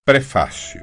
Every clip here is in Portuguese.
Prefácio.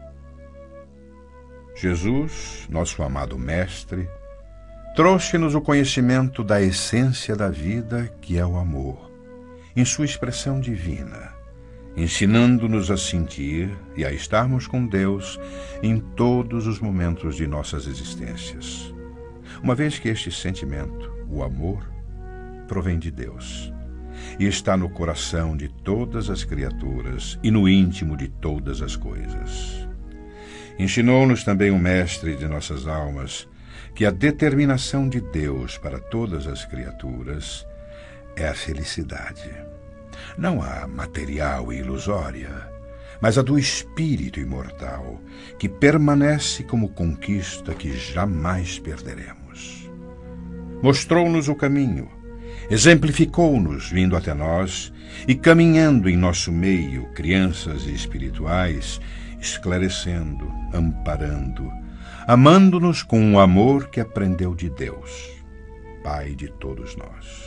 Jesus, nosso amado Mestre, trouxe-nos o conhecimento da essência da vida, que é o amor, em sua expressão divina, ensinando-nos a sentir e a estarmos com Deus em todos os momentos de nossas existências, uma vez que este sentimento, o amor, provém de Deus e está no coração de todas as criaturas e no íntimo de todas as coisas. Ensinou-nos também o Mestre de nossas almas que a determinação de Deus para todas as criaturas é a felicidade, não a material e ilusória, mas a do espírito imortal, que permanece como conquista que jamais perderemos. Mostrou-nos o caminho, exemplificou-nos vindo até nós e caminhando em nosso meio crianças espirituais, esclarecendo, amparando, amando-nos com um amor que aprendeu de Deus, Pai de todos nós.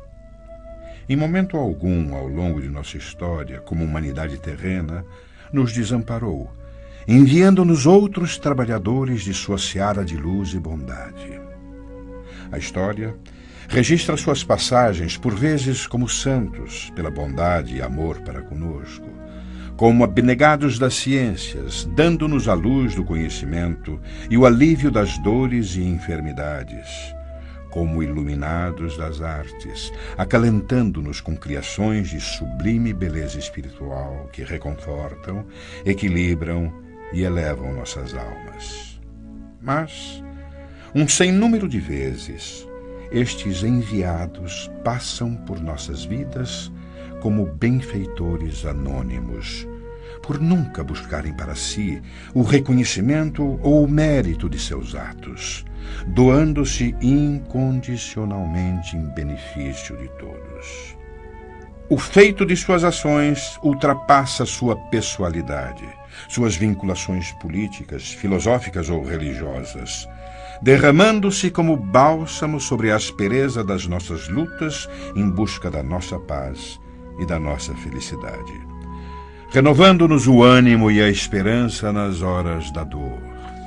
Em momento algum ao longo de nossa história, como humanidade terrena, nos desamparou, enviando-nos outros trabalhadores de sua seara de luz e bondade. A história registra suas passagens, por vezes como santos, pela bondade e amor para conosco, como abnegados das ciências, dando-nos a luz do conhecimento e o alívio das dores e enfermidades, como iluminados das artes, acalentando-nos com criações de sublime beleza espiritual que reconfortam, equilibram e elevam nossas almas. Mas, um sem número de vezes, estes enviados passam por nossas vidas como benfeitores anônimos, por nunca buscarem para si o reconhecimento ou o mérito de seus atos, doando-se incondicionalmente em benefício de todos. O feito de suas ações ultrapassa sua pessoalidade, suas vinculações políticas, filosóficas ou religiosas, derramando-se como bálsamo sobre a aspereza das nossas lutas em busca da nossa paz e da nossa felicidade, renovando-nos o ânimo e a esperança nas horas da dor,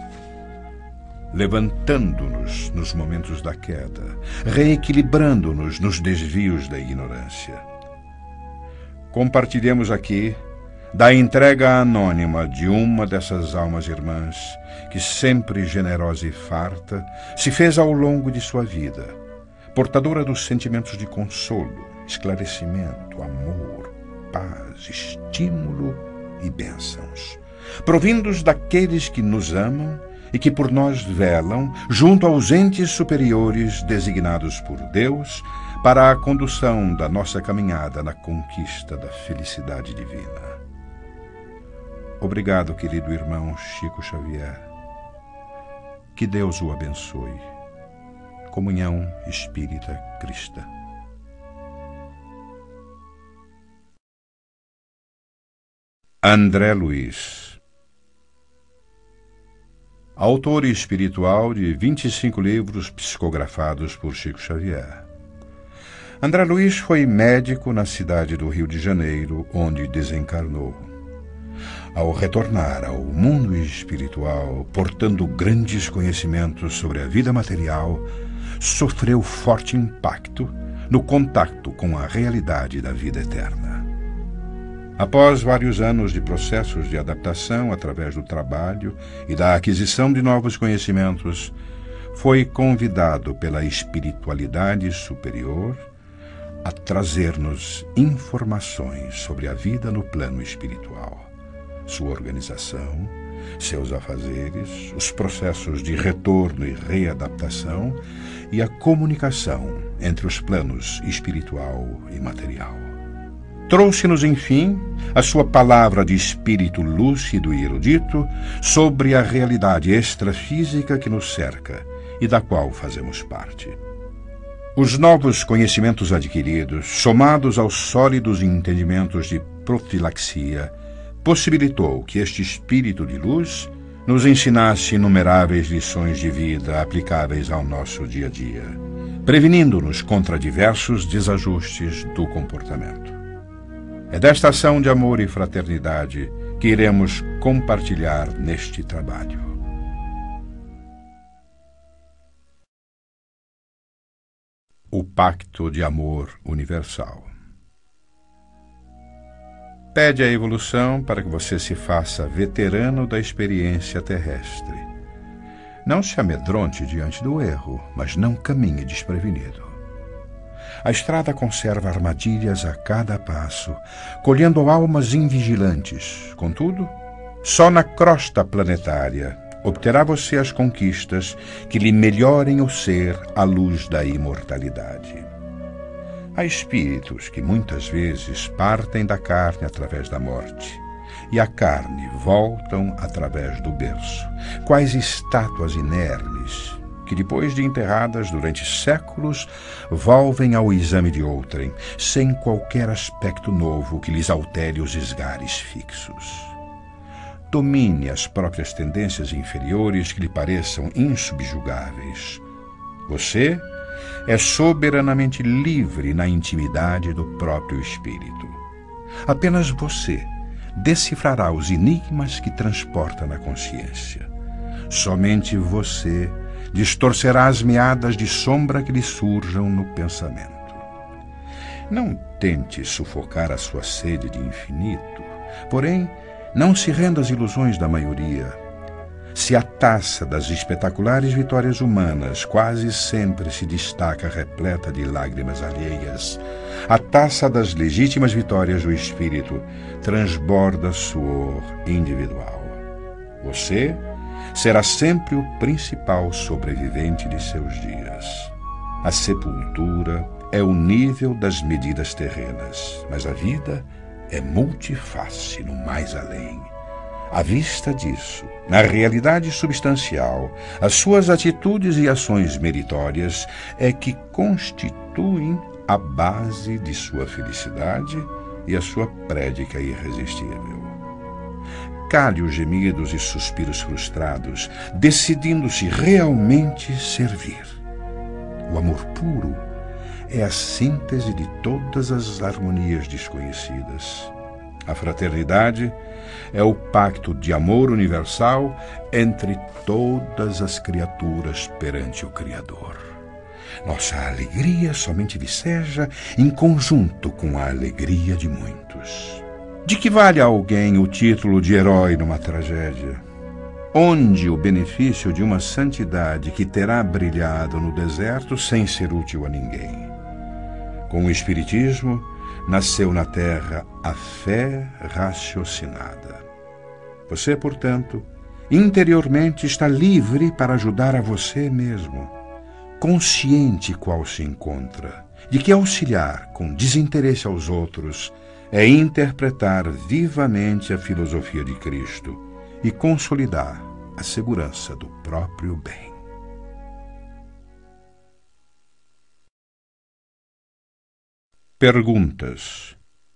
levantando-nos nos momentos da queda, reequilibrando-nos nos desvios da ignorância. Compartilhemos aqui da entrega anônima de uma dessas almas irmãs que, sempre generosa e farta, se fez ao longo de sua vida, portadora dos sentimentos de consolo, esclarecimento, amor, paz, estímulo e bênçãos, provindos daqueles que nos amam e que por nós velam junto aos entes superiores designados por Deus para a condução da nossa caminhada na conquista da felicidade divina. Obrigado, querido irmão Chico Xavier. Que Deus o abençoe. Comunhão Espírita Cristã. André Luiz, autor espiritual de 25 livros psicografados por Chico Xavier. André Luiz foi médico na cidade do Rio de Janeiro, onde desencarnou. Ao retornar ao mundo espiritual, portando grandes conhecimentos sobre a vida material, sofreu forte impacto no contato com a realidade da vida eterna. Após vários anos de processos de adaptação através do trabalho e da aquisição de novos conhecimentos, foi convidado pela espiritualidade superior a trazer-nos informações sobre a vida no plano espiritual, sua organização, seus afazeres, os processos de retorno e readaptação e a comunicação entre os planos espiritual e material. Trouxe-nos, enfim, a sua palavra de espírito lúcido e erudito sobre a realidade extrafísica que nos cerca e da qual fazemos parte. Os novos conhecimentos adquiridos, somados aos sólidos entendimentos de profilaxia, possibilitou que este espírito de luz nos ensinasse inumeráveis lições de vida aplicáveis ao nosso dia a dia, prevenindo-nos contra diversos desajustes do comportamento. É desta ação de amor e fraternidade que iremos compartilhar neste trabalho. O Pacto de Amor Universal. Pede a evolução para que você se faça veterano da experiência terrestre. Não se amedronte diante do erro, mas não caminhe desprevenido. A estrada conserva armadilhas a cada passo, colhendo almas invigilantes. Contudo, só na crosta planetária obterá você as conquistas que lhe melhorem o ser à luz da imortalidade. Há espíritos que muitas vezes partem da carne através da morte, e a carne voltam através do berço, quais estátuas inermes, que depois de enterradas durante séculos, volvem ao exame de outrem, sem qualquer aspecto novo que lhes altere os esgares fixos. Domine as próprias tendências inferiores que lhe pareçam insubjugáveis. Você é soberanamente livre na intimidade do próprio espírito. Apenas você decifrará os enigmas que transporta na consciência. Somente você distorcerá as meadas de sombra que lhe surjam no pensamento. Não tente sufocar a sua sede de infinito, porém, não se renda às ilusões da maioria. Se a taça das espetaculares vitórias humanas quase sempre se destaca repleta de lágrimas alheias, a taça das legítimas vitórias do espírito transborda suor individual. Você será sempre o principal sobrevivente de seus dias. A sepultura é o nível das medidas terrenas, mas a vida é multiface no mais além. À vista disso, na realidade substancial, as suas atitudes e ações meritórias é que constituem a base de sua felicidade e a sua prédica irresistível. Cale os gemidos e suspiros frustrados, decidindo-se realmente servir. O amor puro é a síntese de todas as harmonias desconhecidas. A fraternidade é o pacto de amor universal entre todas as criaturas perante o Criador. Nossa alegria somente viceja em conjunto com a alegria de muitos. De que vale a alguém o título de herói numa tragédia? Onde o benefício de uma santidade que terá brilhado no deserto sem ser útil a ninguém? Com o Espiritismo, nasceu na Terra a fé raciocinada. Você, portanto, interiormente está livre para ajudar a você mesmo, consciente qual se encontra, de que auxiliar com desinteresse aos outros é interpretar vivamente a filosofia de Cristo e consolidar a segurança do próprio bem. Perguntas.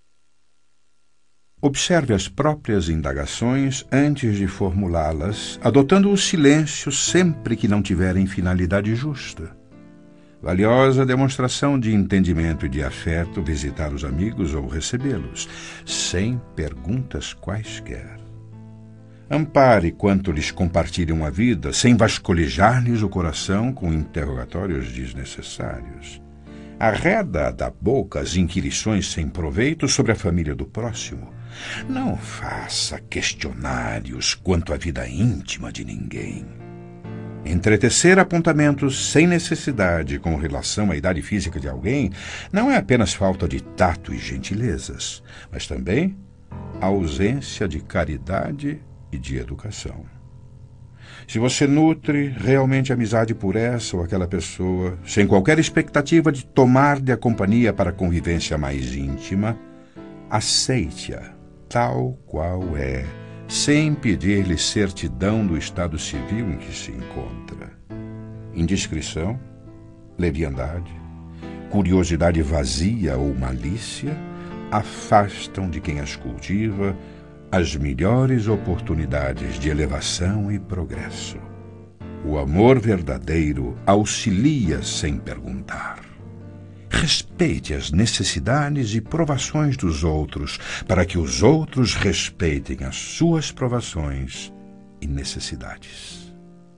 Observe as próprias indagações antes de formulá-las, adotando o silêncio sempre que não tiverem finalidade justa. Valiosa demonstração de entendimento e de afeto visitar os amigos ou recebê-los, sem perguntas quaisquer. Ampare quanto lhes compartilham a vida, sem vasculhar-lhes o coração com interrogatórios desnecessários. Arreda da boca as inquirições sem proveito sobre a família do próximo. Não faça questionários quanto à vida íntima de ninguém. Entretecer apontamentos sem necessidade com relação à idade física de alguém não é apenas falta de tato e gentilezas, mas também ausência de caridade e de educação. Se você nutre realmente amizade por essa ou aquela pessoa, sem qualquer expectativa de tomar-lhe a companhia para a convivência mais íntima, aceite-a tal qual é, sem pedir-lhe certidão do estado civil em que se encontra. Indiscrição, leviandade, curiosidade vazia ou malícia afastam de quem as cultiva as melhores oportunidades de elevação e progresso. O amor verdadeiro auxilia sem perguntar. respeite as necessidades e provações dos outros, para que os outros respeitem as suas provações e necessidades.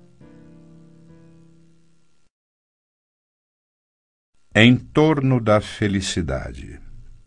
Em torno da felicidade.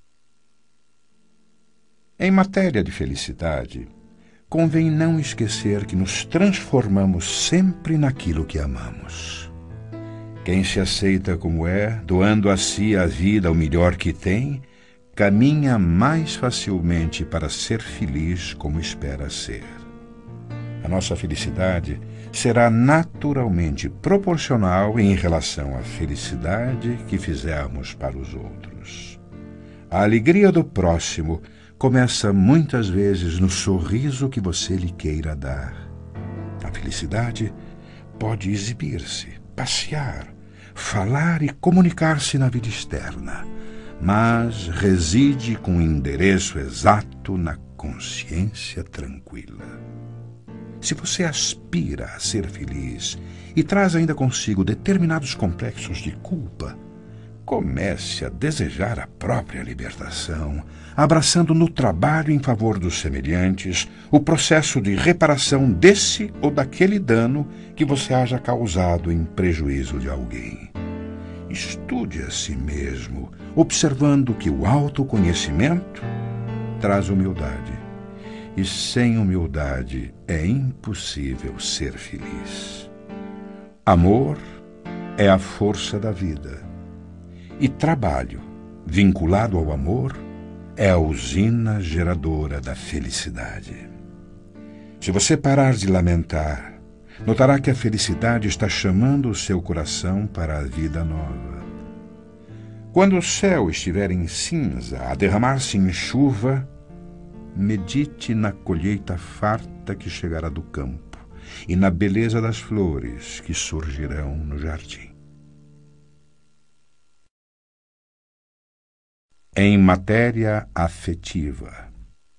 Em matéria de felicidade, convém não esquecer que nos transformamos sempre naquilo que amamos. Quem se aceita como é, doando a si a vida o melhor que tem, caminha mais facilmente para ser feliz como espera ser. A nossa felicidade será naturalmente proporcional em relação à felicidade que fizermos para os outros. A alegria do próximo começa muitas vezes no sorriso que você lhe queira dar. A felicidade pode exibir-se, passear, falar e comunicar-se na vida externa, mas reside com o endereço exato na consciência tranquila. Se você aspira a ser feliz e traz ainda consigo determinados complexos de culpa, comece a desejar a própria libertação, abraçando no trabalho em favor dos semelhantes o processo de reparação desse ou daquele dano que você haja causado em prejuízo de alguém. Estude a si mesmo, observando que o autoconhecimento traz humildade. E sem humildade é impossível ser feliz. Amor é a força da vida. E trabalho, vinculado ao amor, é a usina geradora da felicidade. Se você parar de lamentar, notará que a felicidade está chamando o seu coração para a vida nova. Quando o céu estiver em cinza, a derramar-se em chuva, medite na colheita farta que chegará do campo e na beleza das flores que surgirão no jardim. Em matéria afetiva.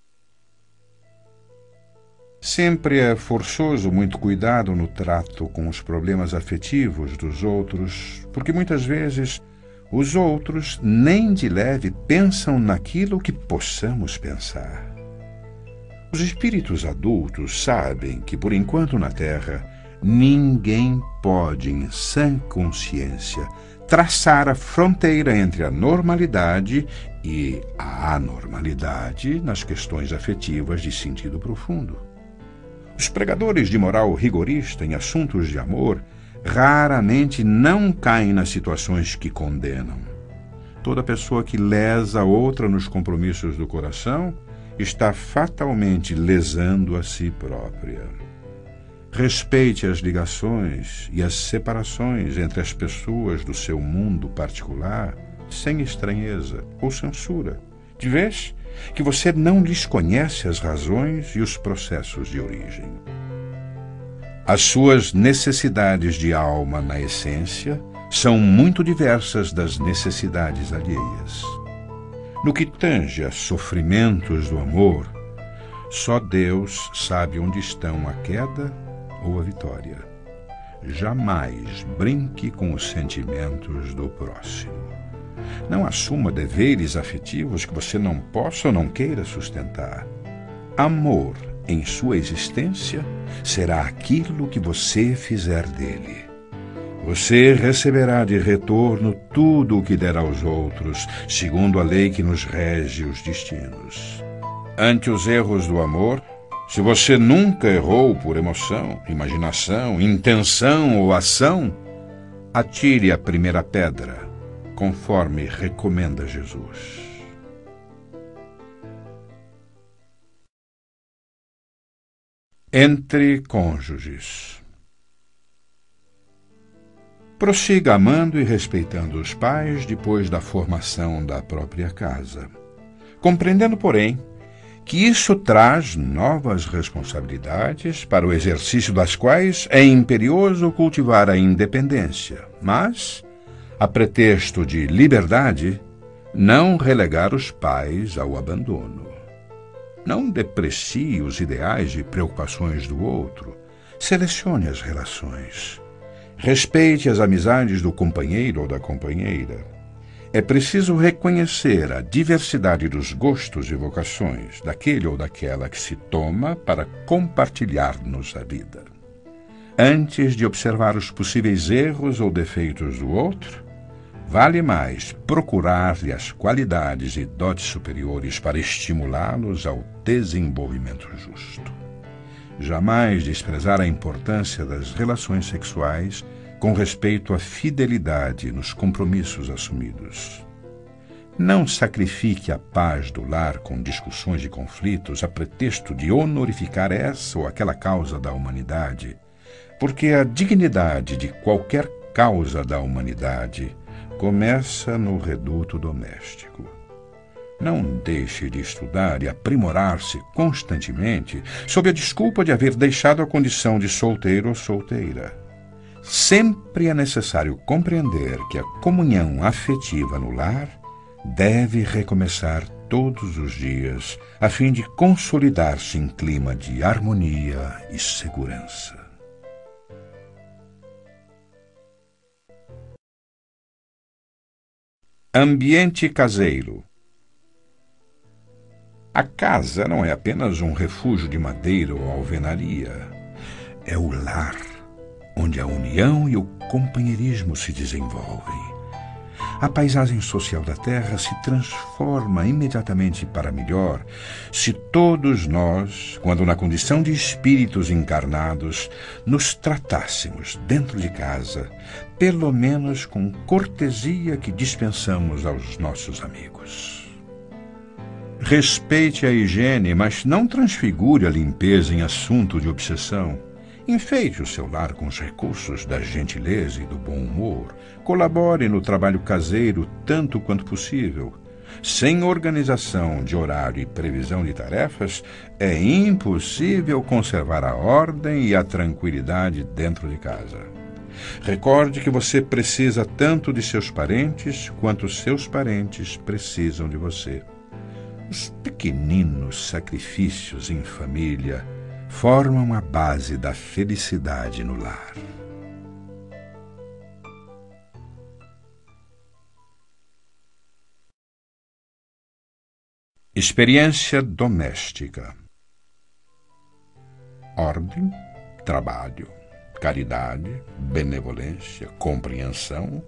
Sempre é forçoso muito cuidado no trato com os problemas afetivos dos outros, porque muitas vezes os outros nem de leve pensam naquilo que possamos pensar. Os espíritos adultos sabem que, por enquanto na Terra, ninguém pode, em sã consciência, traçar a fronteira entre a normalidade e a anormalidade nas questões afetivas de sentido profundo. Os pregadores de moral rigorista em assuntos de amor raramente não caem nas situações que condenam. Toda pessoa que lesa outra nos compromissos do coração está fatalmente lesando a si própria. Respeite as ligações e as separações entre as pessoas do seu mundo particular sem estranheza ou censura, de vez que você não lhes conhece as razões e os processos de origem. As suas necessidades de alma, na essência, são muito diversas das necessidades alheias. No que tange a sofrimentos do amor, só Deus sabe onde estão a queda ou a vitória. Jamais brinque com os sentimentos do próximo. Não assuma deveres afetivos que você não possa ou não queira sustentar. Amor, em sua existência, será aquilo que você fizer dele. Você receberá de retorno tudo o que der aos outros, segundo a lei que nos rege os destinos. Ante os erros do amor, se você nunca errou por emoção, imaginação, intenção ou ação, atire a primeira pedra, conforme recomenda Jesus. Entre cônjuges. Prossiga amando e respeitando os pais depois da formação da própria casa, compreendendo, porém, que isso traz novas responsabilidades para o exercício das quais é imperioso cultivar a independência, mas, a pretexto de liberdade, não relegar os pais ao abandono. Não deprecie os ideais e preocupações do outro, selecione as relações. Respeite as amizades do companheiro ou da companheira. É preciso reconhecer a diversidade dos gostos e vocações daquele ou daquela que se toma para compartilhar-nos a vida. Antes de observar os possíveis erros ou defeitos do outro, vale mais procurar-lhe as qualidades e dotes superiores para estimulá-los ao desenvolvimento justo. Jamais desprezar a importância das relações sexuais com respeito à fidelidade nos compromissos assumidos. Não sacrifique a paz do lar com discussões e conflitos a pretexto de honorificar essa ou aquela causa da humanidade, porque a dignidade de qualquer causa da humanidade começa no reduto doméstico. Não deixe de estudar e aprimorar-se constantemente sob a desculpa de haver deixado a condição de solteiro ou solteira. Sempre é necessário compreender que a comunhão afetiva no lar deve recomeçar todos os dias, a fim de consolidar-se em clima de harmonia e segurança. Ambiente caseiro. A casa não é apenas um refúgio de madeira ou alvenaria. É o lar, onde a união e o companheirismo se desenvolvem. A paisagem social da Terra se transforma imediatamente para melhor se todos nós, quando na condição de espíritos encarnados, nos tratássemos dentro de casa, pelo menos com cortesia que dispensamos aos nossos amigos. Respeite a higiene, mas não transfigure a limpeza em assunto de obsessão. Enfeite o seu lar com os recursos da gentileza e do bom humor. Colabore no trabalho caseiro tanto quanto possível. Sem organização de horário e previsão de tarefas, é impossível conservar a ordem e a tranquilidade dentro de casa. Recorde que você precisa tanto de seus parentes quanto seus parentes precisam de você. Os pequeninos sacrifícios em família formam a base da felicidade no lar. Experiência doméstica. Ordem, trabalho, caridade, benevolência, compreensão.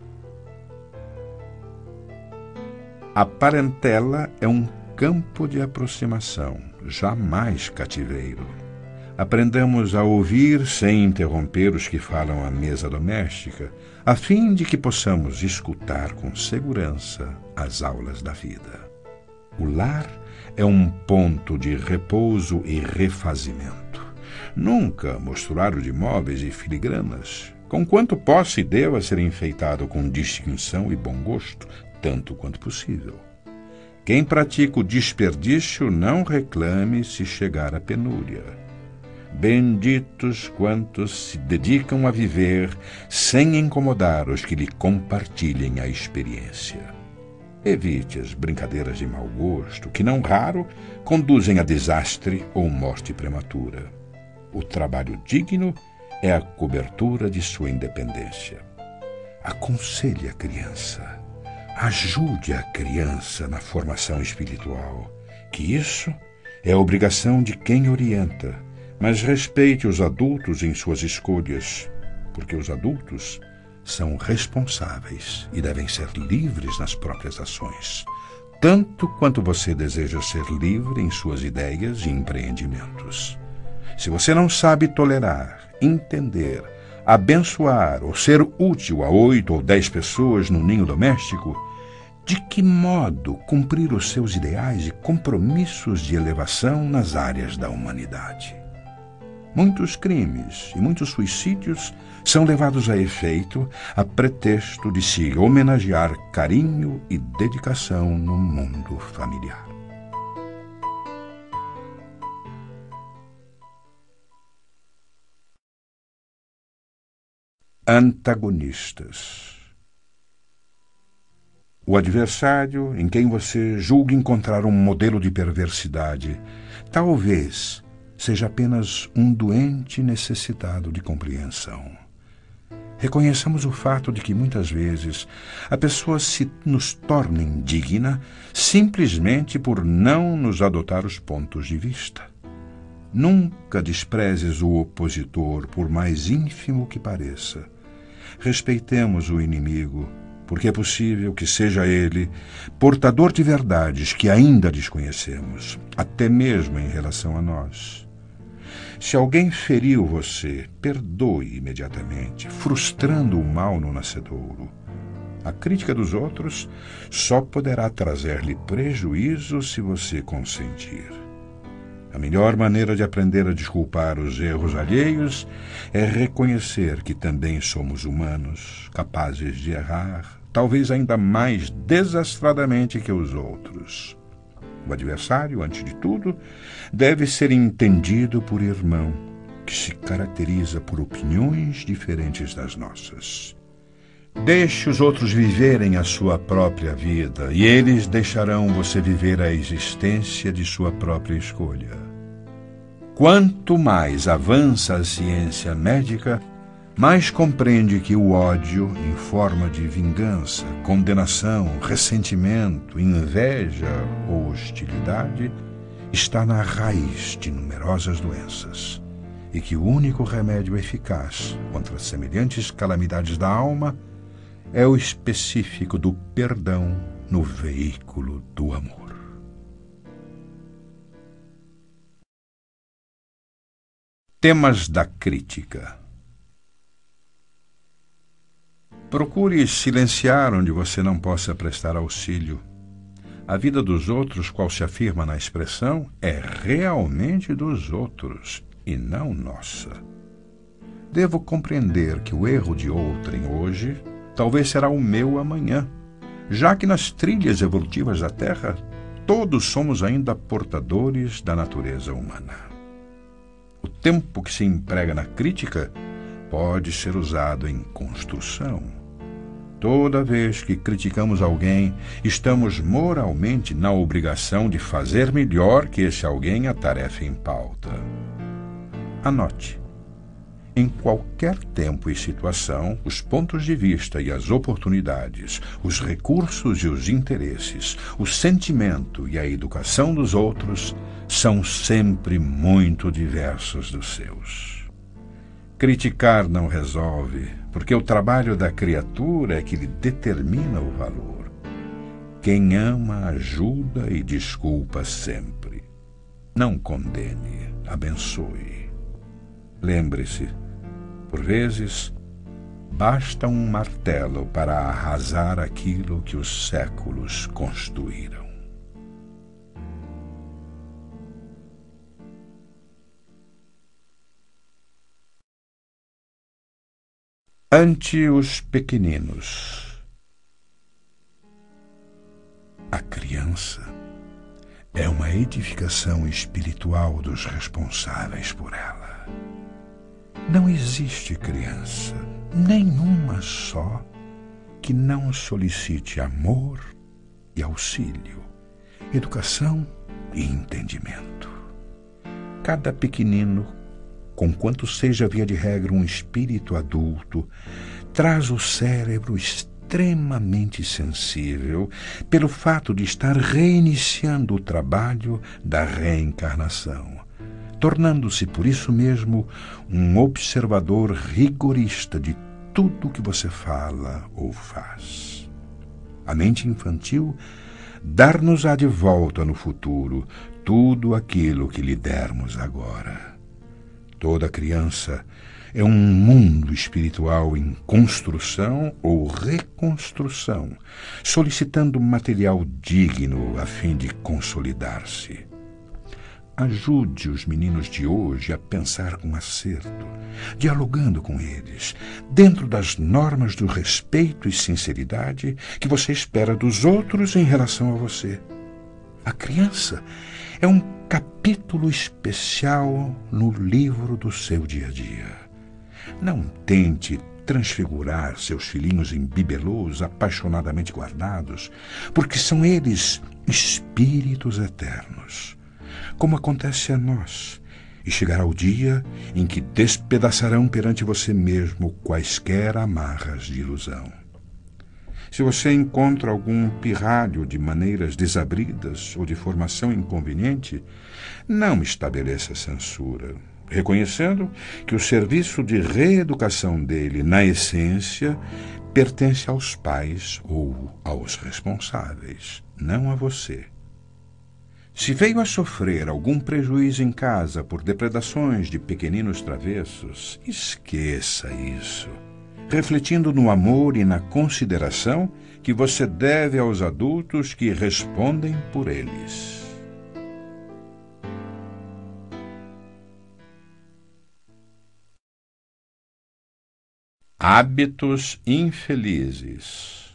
A parentela é um campo de aproximação, jamais cativeiro. Aprendamos a ouvir sem interromper os que falam à mesa doméstica, a fim de que possamos escutar com segurança as aulas da vida. O lar é um ponto de repouso e refazimento. Nunca mostruário de móveis e filigranas, conquanto possa e deva ser enfeitado com distinção e bom gosto, tanto quanto possível. Quem pratica o desperdício não reclame se chegar à penúria. Benditos quantos se dedicam a viver sem incomodar os que lhe compartilhem a experiência. Evite as brincadeiras de mau gosto, que não raro conduzem a desastre ou morte prematura. O trabalho digno é a cobertura de sua independência. Aconselhe a criança. Ajude a criança na formação espiritual, que isso é a obrigação de quem orienta, mas respeite os adultos em suas escolhas, porque os adultos são responsáveis e devem ser livres nas próprias ações, tanto quanto você deseja ser livre em suas ideias e empreendimentos. Se você não sabe tolerar, entender, abençoar ou ser útil a 8 ou 10 pessoas no ninho doméstico, de que modo cumprir os seus ideais e compromissos de elevação nas áreas da humanidade? Muitos crimes e muitos suicídios são levados a efeito a pretexto de se homenagear carinho e dedicação no mundo familiar. Antagonistas. O adversário, em quem você julga encontrar um modelo de perversidade, talvez seja apenas um doente necessitado de compreensão. reconheçamos o fato de que muitas vezes a pessoa se nos torna indigna simplesmente por não nos adotar os pontos de vista. Nunca desprezes o opositor, por mais ínfimo que pareça. Respeitemos o inimigo, porque é possível que seja ele portador de verdades que ainda desconhecemos, até mesmo em relação a nós. Se alguém feriu você, perdoe imediatamente, frustrando o mal no nascedouro. A crítica dos outros só poderá trazer-lhe prejuízo se você consentir. A melhor maneira de aprender a desculpar os erros alheios é reconhecer que também somos humanos, capazes de errar, talvez ainda mais desastradamente que os outros. O adversário, antes de tudo, deve ser entendido por irmão, que se caracteriza por opiniões diferentes das nossas. Deixe os outros viverem a sua própria vida e eles deixarão você viver a existência de sua própria escolha. Quanto mais avança a ciência médica, mais compreende que o ódio, em forma de vingança, condenação, ressentimento, inveja ou hostilidade, está na raiz de numerosas doenças e que o único remédio eficaz contra semelhantes calamidades da alma é o específico do perdão no veículo do amor. Temas da crítica. Procure silenciar onde você não possa prestar auxílio. A vida dos outros, qual se afirma na expressão, é realmente dos outros e não nossa. Devo compreender que o erro de outrem hoje talvez será o meu amanhã, já que nas trilhas evolutivas da Terra todos somos ainda portadores da natureza humana. O tempo que se emprega na crítica pode ser usado em construção. Toda vez que criticamos alguém, estamos moralmente na obrigação de fazer melhor que esse alguém a tarefa em pauta. Anote: em qualquer tempo e situação, os pontos de vista e as oportunidades, os recursos e os interesses, o sentimento e a educação dos outros são sempre muito diversos dos seus. Criticar não resolve, porque o trabalho da criatura é que lhe determina o valor. Quem ama, ajuda e desculpa sempre. Não condene, abençoe. Lembre-se, por vezes, basta um martelo para arrasar aquilo que os séculos construíram. Ante os pequeninos. A criança é uma edificação espiritual dos responsáveis por ela. Não existe criança, nenhuma só, que não solicite amor e auxílio, educação e entendimento. Cada pequenino, conquanto seja via de regra um espírito adulto, traz o cérebro extremamente sensível pelo fato de estar reiniciando o trabalho da reencarnação, tornando-se por isso mesmo um observador rigorista de tudo que você fala ou faz. A mente infantil dar-nos-á de volta no futuro tudo aquilo que lhe dermos agora. Toda criança é um mundo espiritual em construção ou reconstrução, solicitando material digno a fim de consolidar-se. Ajude os meninos de hoje a pensar com acerto, dialogando com eles, dentro das normas do respeito e sinceridade que você espera dos outros em relação a você. A criança é um capítulo especial no livro do seu dia a dia. Não tente transfigurar seus filhinhos em bibelôs apaixonadamente guardados, porque são eles espíritos eternos. Como acontece a nós, e chegará o dia em que despedaçarão perante você mesmo quaisquer amarras de ilusão. Se você encontra algum pirralho de maneiras desabridas ou de formação inconveniente, não estabeleça censura, reconhecendo que o serviço de reeducação dele, na essência, pertence aos pais ou aos responsáveis, não a você. Se veio a sofrer algum prejuízo em casa por depredações de pequeninos travessos, esqueça isso, refletindo no amor e na consideração que você deve aos adultos que respondem por eles. Hábitos infelizes.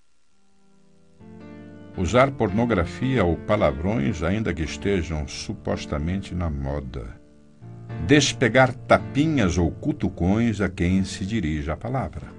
Usar pornografia ou palavrões, ainda que estejam supostamente na moda. Despegar tapinhas ou cutucões a quem se dirige a palavra.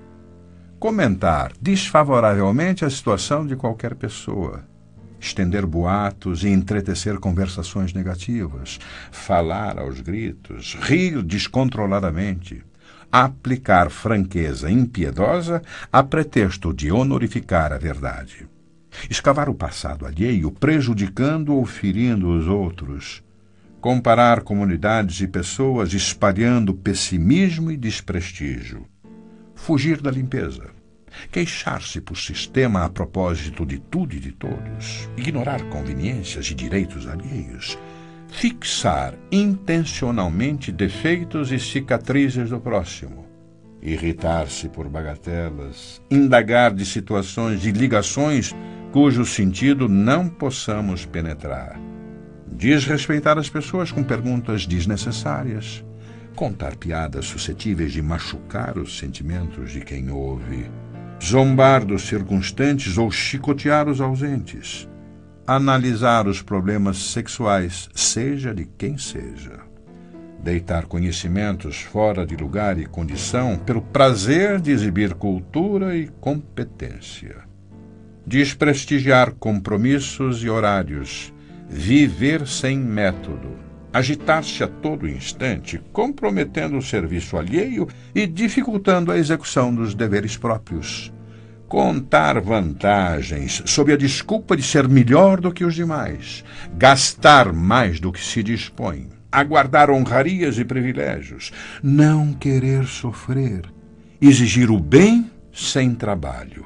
Comentar desfavoravelmente a situação de qualquer pessoa. Estender boatos e entretecer conversações negativas. Falar aos gritos. Rir descontroladamente. Aplicar franqueza impiedosa a pretexto de honorificar a verdade. Escavar o passado alheio, prejudicando ou ferindo os outros. Comparar comunidades e pessoas, espalhando pessimismo e desprestígio. Fugir da limpeza. Queixar-se por sistema a propósito de tudo e de todos. Ignorar conveniências e direitos alheios. Fixar intencionalmente defeitos e cicatrizes do próximo. Irritar-se por bagatelas. Indagar de situações e ligações cujo sentido não possamos penetrar. Desrespeitar as pessoas com perguntas desnecessárias. Contar piadas suscetíveis de machucar os sentimentos de quem ouve. Zombar dos circunstantes ou chicotear os ausentes. Analisar os problemas sexuais, seja de quem seja. Deitar conhecimentos fora de lugar e condição pelo prazer de exibir cultura e competência. Desprestigiar compromissos e horários. Viver sem método. Agitar-se a todo instante, comprometendo o serviço alheio e dificultando a execução dos deveres próprios. Contar vantagens sob a desculpa de ser melhor do que os demais. Gastar mais do que se dispõe. Aguardar honrarias e privilégios. Não querer sofrer. Exigir o bem sem trabalho.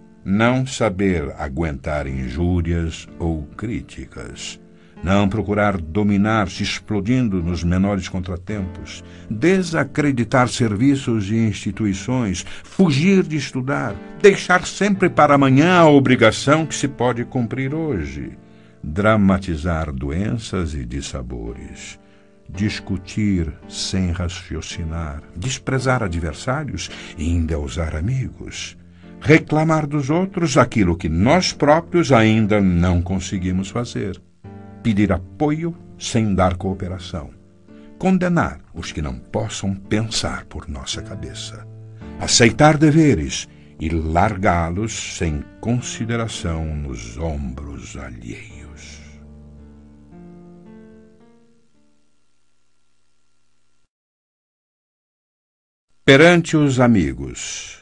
Não saber aguentar injúrias ou críticas. Não procurar dominar-se explodindo nos menores contratempos. Desacreditar serviços e instituições. Fugir de estudar. Deixar sempre para amanhã a obrigação que se pode cumprir hoje. Dramatizar doenças e dissabores. Discutir sem raciocinar. Desprezar adversários e endeusar amigos. Reclamar dos outros aquilo que nós próprios ainda não conseguimos fazer. Pedir apoio sem dar cooperação. Condenar os que não possam pensar por nossa cabeça. Aceitar deveres e largá-los sem consideração nos ombros alheios. Perante os amigos.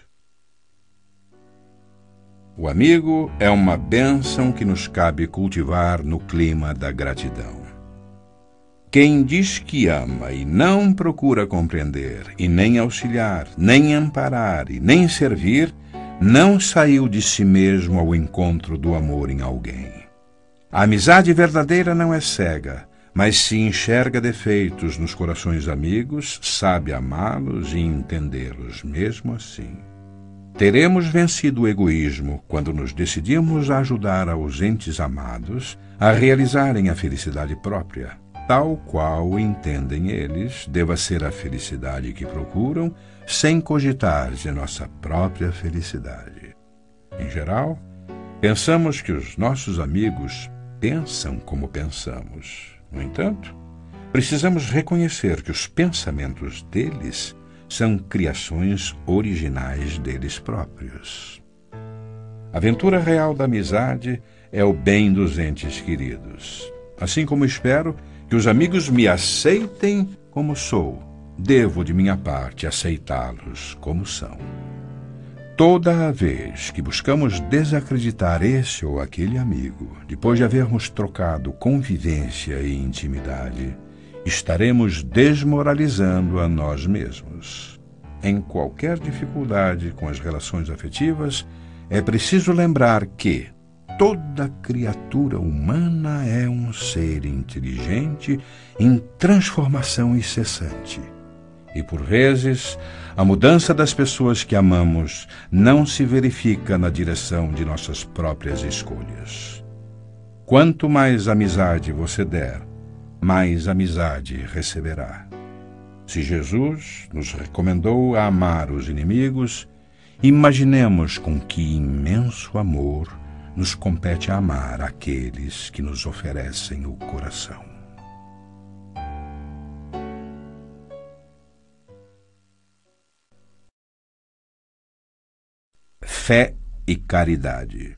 O amigo é uma bênção que nos cabe cultivar no clima da gratidão. Quem diz que ama e não procura compreender, e nem auxiliar, nem amparar e nem servir, não saiu de si mesmo ao encontro do amor em alguém. A amizade verdadeira não é cega, mas se enxerga defeitos nos corações amigos, sabe amá-los e entendê-los mesmo assim. Teremos vencido o egoísmo quando nos decidimos a ajudar aos entes amados a realizarem a felicidade própria, tal qual entendem eles deva ser a felicidade que procuram, sem cogitar de nossa própria felicidade. Em geral, pensamos que os nossos amigos pensam como pensamos. No entanto, precisamos reconhecer que os pensamentos deles são criações originais deles próprios. A aventura real da amizade é o bem dos entes queridos, assim como espero Que os amigos me aceitem como sou. Devo, de minha parte, aceitá-los como são. Toda a vez que buscamos desacreditar esse ou aquele amigo, depois de havermos trocado convivência e intimidade, estaremos desmoralizando a nós mesmos. Em qualquer dificuldade com as relações afetivas, é preciso lembrar que toda criatura humana é um ser inteligente em transformação incessante. E, por vezes, a mudança das pessoas que amamos não se verifica na direção de nossas próprias escolhas. Quanto mais amizade você der, mais amizade receberá. Se Jesus nos recomendou a amar os inimigos, imaginemos com que imenso amor nos compete amar aqueles que nos oferecem o coração. Fé e caridade.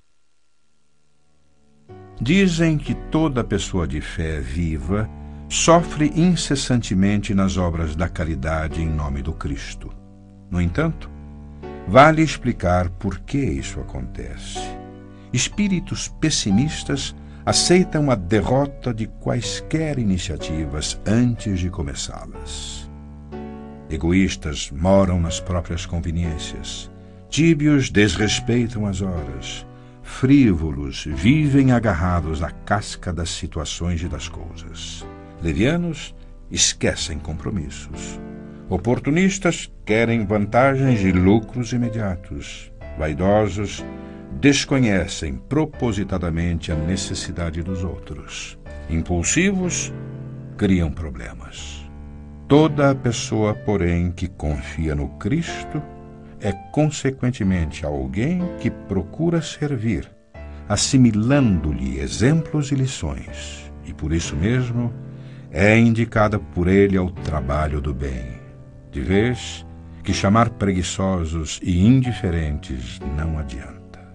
Dizem que toda pessoa de fé viva sofre incessantemente nas obras da caridade em nome do Cristo. No entanto, vale explicar por que isso acontece. Espíritos pessimistas aceitam a derrota de quaisquer iniciativas antes de começá-las. Egoístas moram nas próprias conveniências. Tíbios desrespeitam as horas. Frívolos vivem agarrados à casca das situações e das coisas. Levianos esquecem compromissos. Oportunistas querem vantagens e lucros imediatos. Vaidosos desconhecem propositadamente a necessidade dos outros. Impulsivos criam problemas. Toda a pessoa, porém, que confia no Cristo é, consequentemente, alguém que procura servir, assimilando-lhe exemplos e lições, e por isso mesmo é indicada por ele ao trabalho do bem, de vez que chamar preguiçosos e indiferentes não adianta.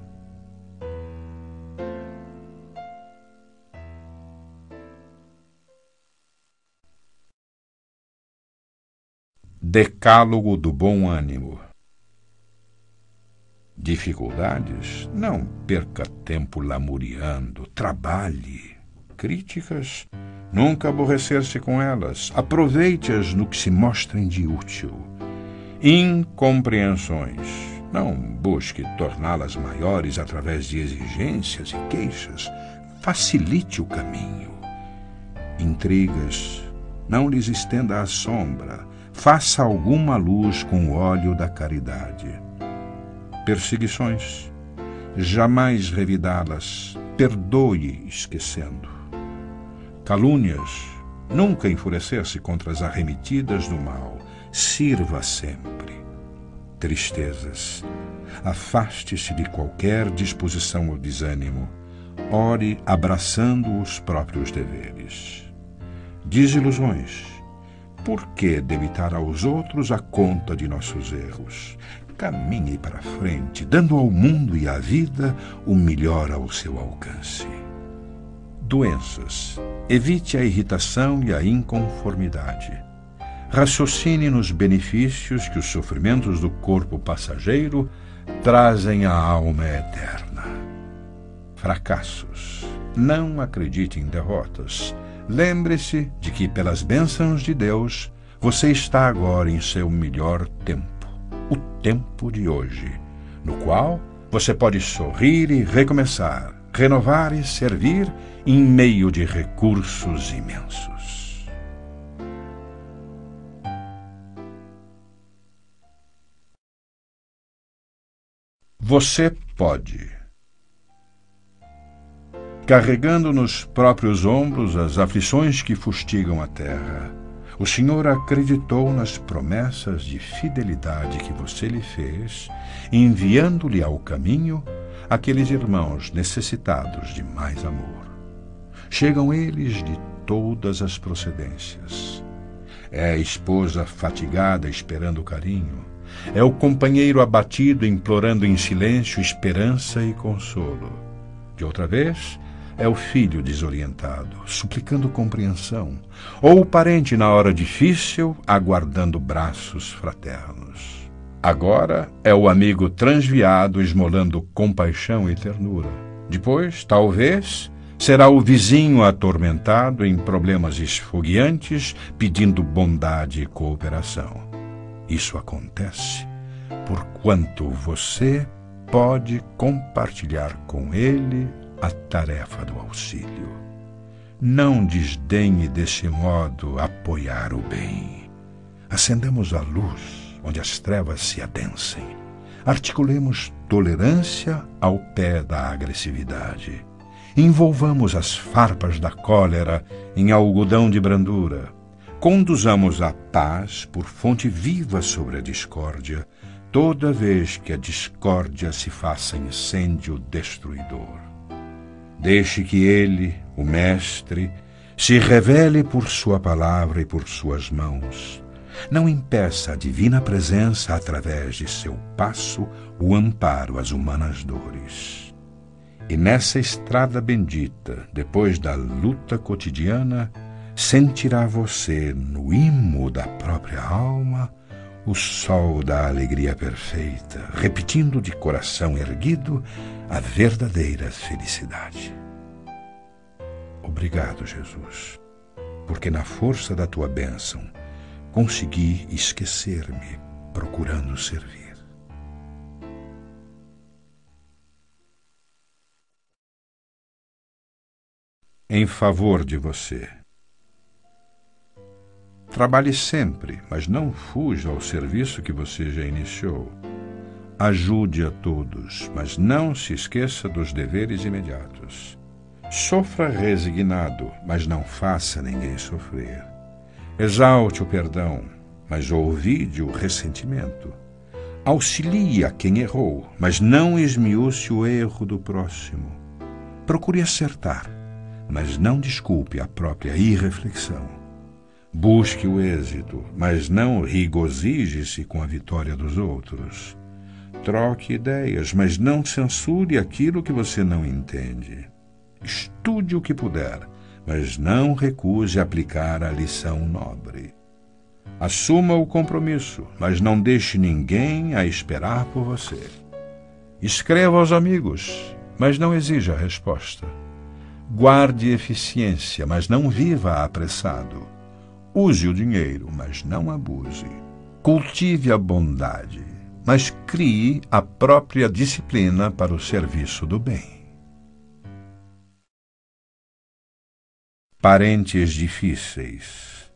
Decálogo do bom ânimo. Dificuldades? Não perca tempo lamuriando, trabalhe. Críticas? Nunca aborrecer-se com elas, aproveite-as no que se mostrem de útil. Incompreensões? Não busque torná-las maiores através de exigências e queixas, facilite o caminho. Intrigas? Não lhes estenda a sombra, faça alguma luz com o óleo da caridade. Perseguições, jamais revidá-las, perdoe esquecendo. Calúnias, nunca enfurecer-se contra as arremetidas do mal, sirva sempre. Tristezas, afaste-se de qualquer disposição ao desânimo, ore abraçando os próprios deveres. Desilusões, por que debitar aos outros a conta de nossos erros? Caminhe para frente, dando ao mundo e à vida o melhor ao seu alcance. Doenças. Evite a irritação e a inconformidade. Raciocine nos benefícios que os sofrimentos do corpo passageiro trazem à alma eterna. Fracassos. Não acredite em derrotas. Lembre-se de que, pelas bênçãos de Deus, você está agora em seu melhor tempo. O tempo de hoje, no qual você pode sorrir e recomeçar, renovar e servir em meio de recursos imensos. Você pode. Carregando nos próprios ombros as aflições que fustigam a terra, o Senhor acreditou nas promessas de fidelidade que você lhe fez, enviando-lhe ao caminho aqueles irmãos necessitados de mais amor. Chegam eles de todas as procedências. É a esposa fatigada esperando carinho. É o companheiro abatido implorando em silêncio esperança e consolo. De outra vez, é o filho desorientado, suplicando compreensão, ou o parente na hora difícil, aguardando braços fraternos. Agora é o amigo transviado, esmolando compaixão e ternura. Depois, talvez, será o vizinho atormentado em problemas esfogueantes, pedindo bondade e cooperação. Isso acontece porquanto você pode compartilhar com ele a tarefa do auxílio. Não desdenhe desse modo apoiar o bem. Acendamos a luz onde as trevas se adensem. Articulemos tolerância ao pé da agressividade. Envolvamos as farpas da cólera em algodão de brandura. Conduzamos a paz por fonte viva sobre a discórdia, toda vez que a discórdia se faça incêndio destruidor. Deixe que ele, o Mestre, se revele por sua palavra e por suas mãos. Não impeça a divina presença através de seu passo o amparo às humanas dores. E nessa estrada bendita, depois da luta cotidiana, sentirá você, no imo da própria alma, o sol da alegria perfeita, repetindo de coração erguido a verdadeira felicidade. Obrigado, Jesus, porque na força da tua bênção consegui esquecer-me procurando servir. Em favor de você. Trabalhe sempre, mas não fuja ao serviço que você já iniciou. Ajude a todos, mas não se esqueça dos deveres imediatos. Sofra resignado, mas não faça ninguém sofrer. Exalte o perdão, mas ouvide o ressentimento. Auxilie a quem errou, mas não esmiúce o erro do próximo. Procure acertar, mas não desculpe a própria irreflexão. Busque o êxito, mas não regozije-se com a vitória dos outros. Troque ideias, mas não censure aquilo que você não entende. Estude o que puder, mas não recuse aplicar a lição nobre. Assuma o compromisso, mas não deixe ninguém a esperar por você. Escreva aos amigos, mas não exija a resposta. Guarde eficiência, mas não viva apressado. Use o dinheiro, mas não abuse. Cultive a bondade, mas crie a própria disciplina para o serviço do bem. Parentes difíceis.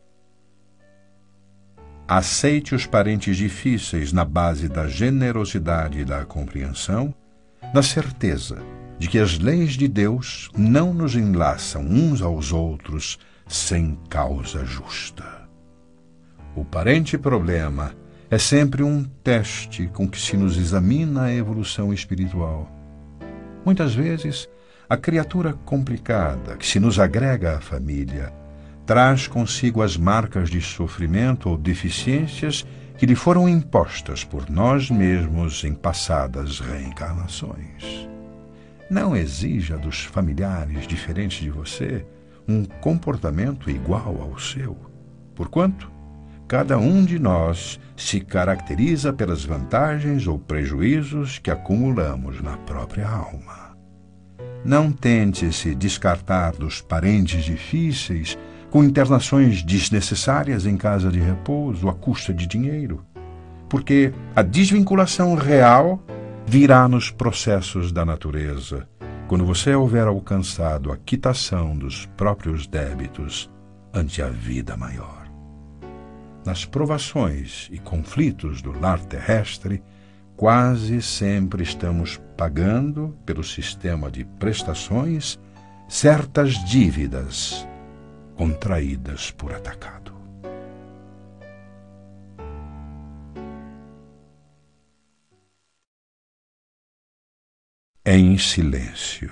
Aceite os parentes difíceis na base da generosidade e da compreensão, na certeza de que as leis de Deus não nos enlaçam uns aos outros sem causa justa. O parente problema é sempre um teste com que se nos examina a evolução espiritual. Muitas vezes, a criatura complicada que se nos agrega à família traz consigo as marcas de sofrimento ou deficiências que lhe foram impostas por nós mesmos em passadas reencarnações. Não exija dos familiares diferentes de você um comportamento igual ao seu, porquanto cada um de nós se caracteriza pelas vantagens ou prejuízos que acumulamos na própria alma. Não tente se descartar dos parentes difíceis com internações desnecessárias em casa de repouso à custa de dinheiro, porque a desvinculação real virá nos processos da natureza, quando você houver alcançado a quitação dos próprios débitos ante a vida maior. Nas provações e conflitos do lar terrestre, quase sempre estamos pagando, pelo sistema de prestações, certas dívidas contraídas por atacado. Em silêncio.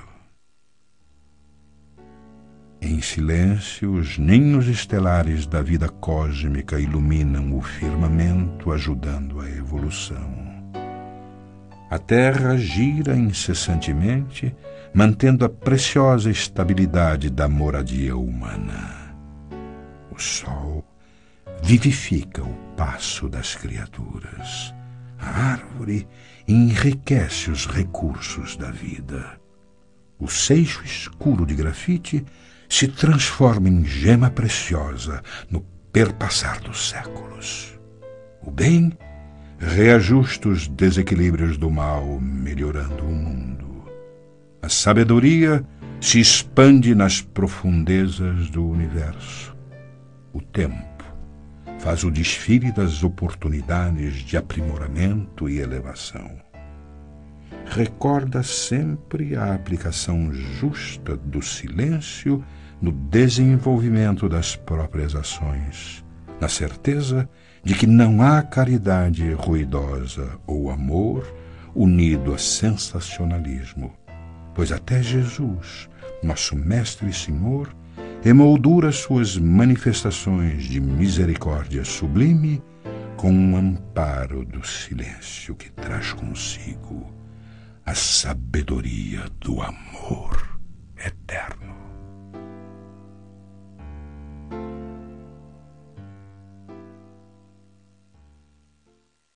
Em silêncio, os ninhos estelares da vida cósmica iluminam o firmamento, ajudando a evolução. A terra gira incessantemente, mantendo a preciosa estabilidade da moradia humana. O sol vivifica o passo das criaturas. A árvore enriquece os recursos da vida. O seixo escuro de grafite se transforma em gema preciosa no perpassar dos séculos. O bem reajusta os desequilíbrios do mal, melhorando o mundo. A sabedoria se expande nas profundezas do universo. O tempo faz o desfile das oportunidades de aprimoramento e elevação. Recorda sempre a aplicação justa do silêncio no desenvolvimento das próprias ações, na certeza de que não há caridade ruidosa ou amor unido a sensacionalismo, pois até Jesus, nosso Mestre e Senhor, emoldura suas manifestações de misericórdia sublime com um amparo do silêncio que traz consigo a sabedoria do amor eterno.